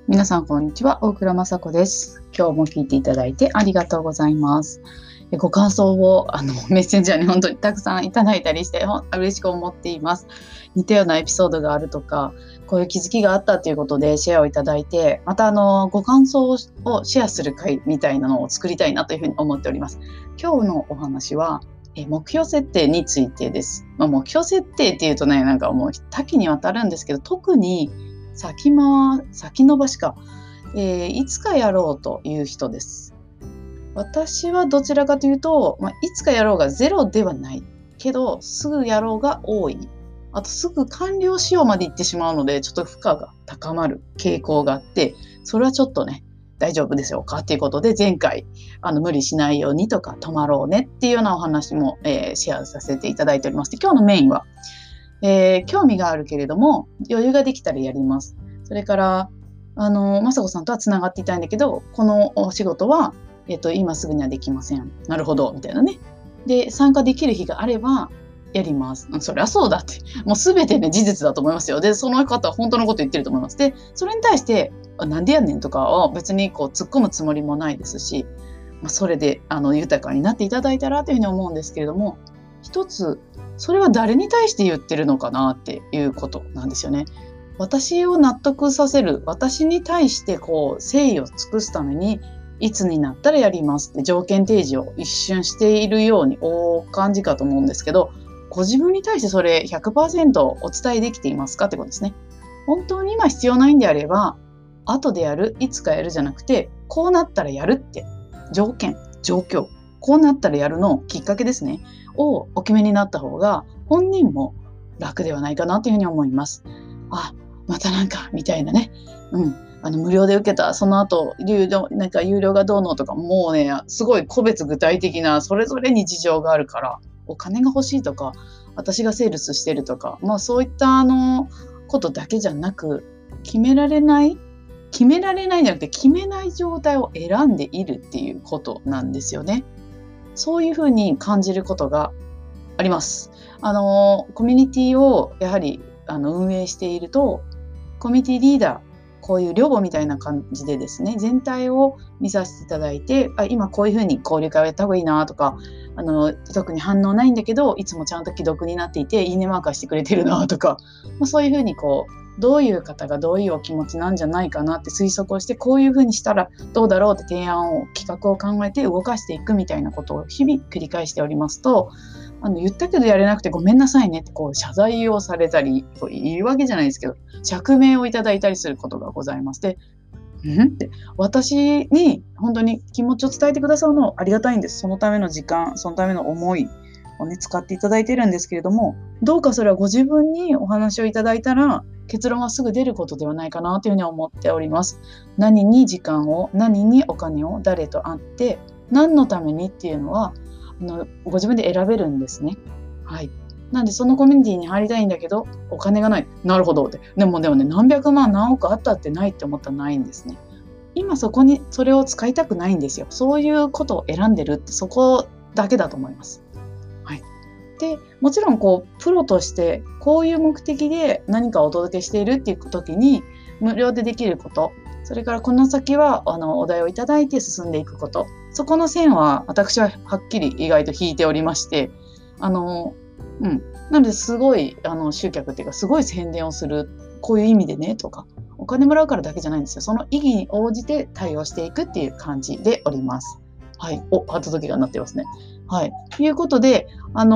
皆さんこんにちは、大倉雅子です。今日も聞いていただいてありがとうございます。ご感想をメッセンジャーに本当にたくさんいただいたりして嬉しく思っています。似たようなエピソードがあるとか、こういう気づきがあったということでシェアをいただいて、またご感想をシェアする会みたいなのを作りたいなというふうに思っております。今日のお話は目標設定についてです。目標設定っていうとね、なんかもう多岐にわたるんですけど、特に先延ばしか、いつかやろうという人です。私はどちらかというと、いつかやろうがゼロではないけど、すぐやろうが多い。あとすぐ完了しようまでいってしまうので、ちょっと負荷が高まる傾向があって、それはちょっとね、大丈夫でしょうかっていうことで、前回無理しないようにとか止まろうねっていうようなお話も、シェアさせていただいております。で、今日のメインは興味があるけれども余裕ができたらやります。それから雅子さんとはつながっていたいんだけど、このお仕事は、今すぐにはできません。なるほどみたいなね。で、参加できる日があればやります。そりゃそうだって、もう全てね事実だと思いますよ。で、その方は本当のこと言ってると思います。で、それに対してなんでやねんとかは別にこう突っ込むつもりもないですし、それで豊かになっていただいたらというふうに思うんですけれども、一つそれは誰に対して言ってるのかなっていうことなんですよね。私を納得させる、私に対してこう誠意を尽くすためにいつになったらやりますって条件提示を一瞬しているようにお感じかと思うんですけど、ご自分に対してそれ 100% お伝えできていますかってことですね。本当に今必要ないんであれば、後でやる、いつかやるじゃなくて、こうなったらやるって条件、状況、こうなったらやるのきっかけですねをお決めになった方が本人も楽ではないかなというふうに思います。またなんかみたいなね、無料で受けたその後有料がどうのとか、もうねすごい個別具体的なそれぞれに事情があるから、お金が欲しいとか私がセールスしてるとか、そういったことだけじゃなく、決められないじゃなくて決めない状態を選んでいるっていうことなんですよね。そういうふうに感じることがあります。コミュニティをやはり運営していると、コミュニティリーダー、こういう寮母みたいな感じでですね、全体を見させていただいて、今こういうふうに交流会をやった方がいいなとか、特に反応ないんだけどいつもちゃんと既読になっていていいねマークしてくれてるなとか、そういうふうにこうどういう方がどういうお気持ちなんじゃないかなって推測をして、こういうふうにしたらどうだろうって提案を企画を考えて動かしていくみたいなことを日々繰り返しておりますと、言ったけどやれなくてごめんなさいねってこう謝罪をされたり、言い訳じゃないですけど釈明をいただいたりすることがございます。で、って私に本当に気持ちを伝えてくださるのはありがたいんです。そのための時間、そのための思いをね使っていただいているんですけれども、どうかそれはご自分にお話をいただいたら結論はすぐ出ることではないかなというふうに思っております。何に時間を、何にお金を、誰と会って何のためにっていうのはご自分で選べるんですね。はい。なんでそのコミュニティに入りたいんだけどお金がない。なるほどって。でもね、何百万何億あったってないって思ったらないんですね。今そこにそれを使いたくないんですよ。そういうことを選んでるってそこだけだと思います。はい。で、もちろんこうプロとしてこういう目的で何かをお届けしているっていう時に無料でできること、それからこの先はお題をいただいて進んでいくこと、そこの線は私ははっきり意外と引いておりまして、なのですごい集客っていうかすごい宣伝をする、こういう意味でねとか、お金もらうからだけじゃないんですよ。その意義に応じて対応していくっていう感じでおります。はい。ハート時計が鳴ってますね。はい。ということで、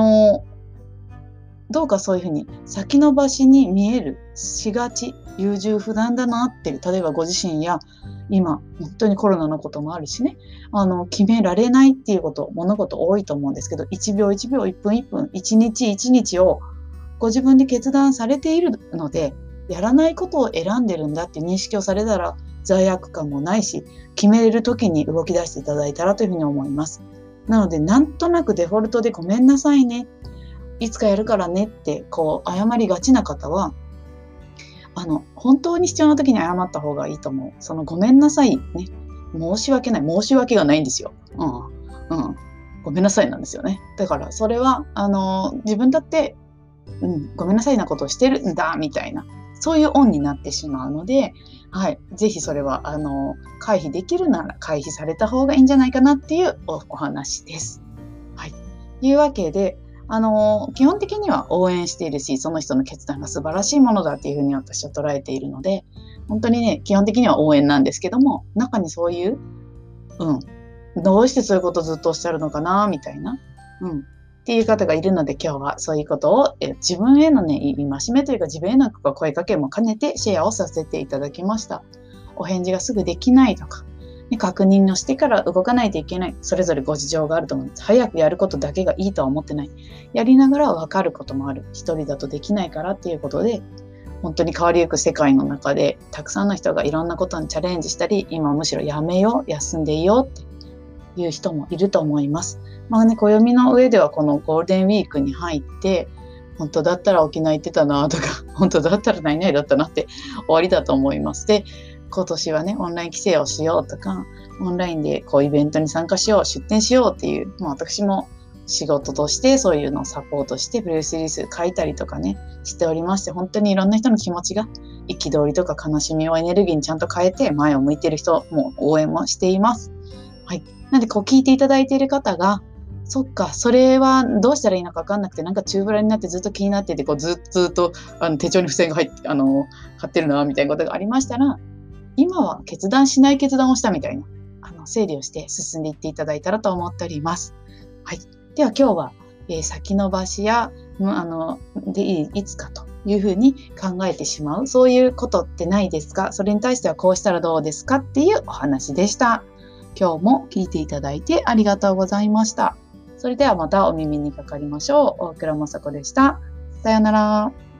どうかそういうふうに先延ばしに見えるしがち、優柔不断だなっていう、例えばご自身や今本当にコロナのこともあるしね、決められないっていうこと、物事多いと思うんですけど、1秒1秒、1分1分、1日1日をご自分で決断されているので、やらないことを選んでるんだっていう認識をされたら罪悪感もないし、決めれる時に動き出していただいたらというふうに思います。なので、なんとなくデフォルトでごめんなさいね、いつかやるからねってこう謝りがちな方は、本当に必要な時に謝った方がいいと思う。そのごめんなさいね、申し訳がないんですよ。ごめんなさいなんですよね。だからそれは自分だって、ごめんなさいなことをしてるんだみたいな、 そういうオンになってしまうので、はい、ぜひそれは回避できるなら回避された方がいいんじゃないかなっていうお話です。はい、というわけで基本的には応援しているし、その人の決断が素晴らしいものだっていうふうに私は捉えているので、本当にね、基本的には応援なんですけども、中にそういう、どうしてそういうことをずっとおっしゃるのかなみたいな、っていう方がいるので、今日はそういうことを自分へのね、戒めというか自分への声かけも兼ねてシェアをさせていただきました。お返事がすぐできないとか、確認をしてから動かないといけない。それぞれご事情があると思います。早くやることだけがいいとは思ってない。やりながら分かることもある。一人だとできないからっていうことで、本当に変わりゆく世界の中で、たくさんの人がいろんなことにチャレンジしたり、今むしろやめよう、休んでいいよっていう人もいると思います。暦の上ではこのゴールデンウィークに入って、本当だったら沖縄行ってたなとか、本当だったら何々だったなって終わりだと思います。で、今年はね、オンライン規制をしようとか、オンラインでイベントに参加しよう、出展しようっていう、私も仕事としてそういうのをサポートしてプレスリリース書いたりとかね、しておりまして、本当にいろんな人の気持ちが憤りとか悲しみをエネルギーにちゃんと変えて前を向いている人も応援もしています。はい。なので聞いていただいている方が、そっか、それはどうしたらいいのか分かんなくて、宙ぶらになってずっと気になってて、ずっと手帳に付箋が貼ってるなみたいなことがありましたら、今は決断しない決断をしたみたいな整理をして進んでいっていただいたらと思っております。はい。では今日は、先延ばしやでいつかというふうに考えてしまう、そういうことってないですか？それに対してはこうしたらどうですかっていうお話でした。今日も聞いていただいてありがとうございました。それではまたお耳にかかりましょう。大倉雅子でした。さようなら。